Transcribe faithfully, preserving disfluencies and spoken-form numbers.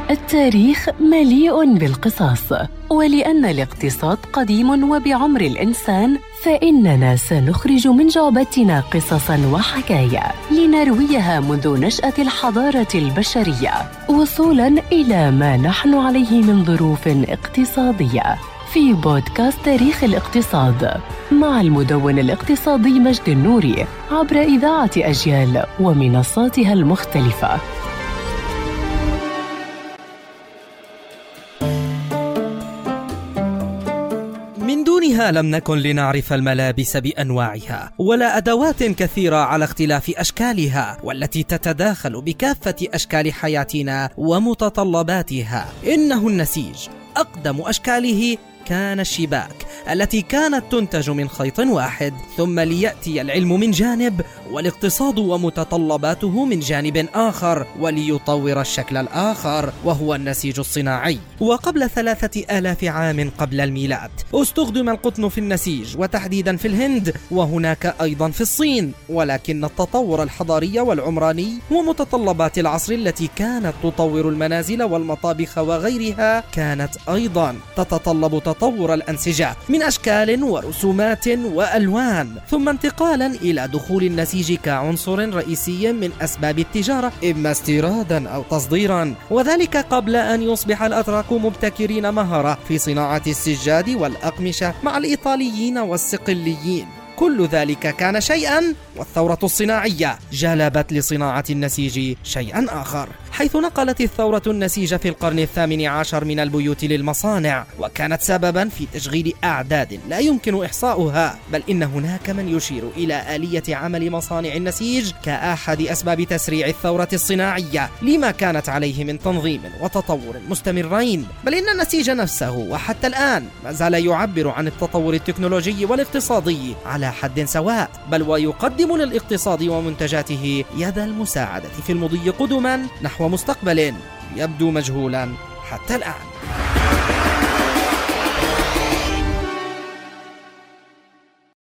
التاريخ مليء بالقصص، ولأن الاقتصاد قديم وبعمر الإنسان، فإننا سنخرج من جعبتنا قصصاً وحكايا لنرويها منذ نشأة الحضارة البشرية وصولاً إلى ما نحن عليه من ظروف اقتصادية، في بودكاست تاريخ الاقتصاد مع المدون الاقتصادي مجد النوري عبر إذاعة أجيال ومنصاتها المختلفة. من دونها لم نكن لنعرف الملابس بأنواعها ولا أدوات كثيرة على اختلاف أشكالها، والتي تتداخل بكافة أشكال حياتنا ومتطلباتها. إنه النسيج. أقدم أشكاله كان الشباك التي كانت تنتج من خيط واحد، ثم ليأتي العلم من جانب والاقتصاد ومتطلباته من جانب آخر، وليطور الشكل الآخر وهو النسيج الصناعي. وقبل ثلاثة آلاف عام قبل الميلاد استخدم القطن في النسيج، وتحديدا في الهند وهناك أيضا في الصين، ولكن التطور الحضاري والعمراني ومتطلبات العصر التي كانت تطور المنازل والمطابخ وغيرها كانت أيضا تتطلب تطور الأنسجة من أشكال ورسومات وألوان، ثم انتقالا إلى دخول النسيج كعنصر رئيسي من أسباب التجارة، إما استيرادا أو تصديرا، وذلك قبل أن يصبح الأتراك مبتكرين مهرة في صناعة السجاد والأقمشة مع الإيطاليين والصقليين. كل ذلك كان شيئا، والثورة الصناعية جلبت لصناعة النسيج شيئا آخر، حيث نقلت الثورة النسيج في القرن الثامن عشر من البيوت للمصانع، وكانت سببا في تشغيل أعداد لا يمكن إحصاؤها، بل إن هناك من يشير إلى آلية عمل مصانع النسيج كأحد أسباب تسريع الثورة الصناعية لما كانت عليه من تنظيم وتطور مستمرين، بل إن النسيج نفسه وحتى الآن ما زال يعبر عن التطور التكنولوجي والاقتصادي على حد سواء، بل ويقدم للاقتصاد ومنتجاته يد المساعدة في المضي قدما نحو مستقبل يبدو مجهولا حتى الآن.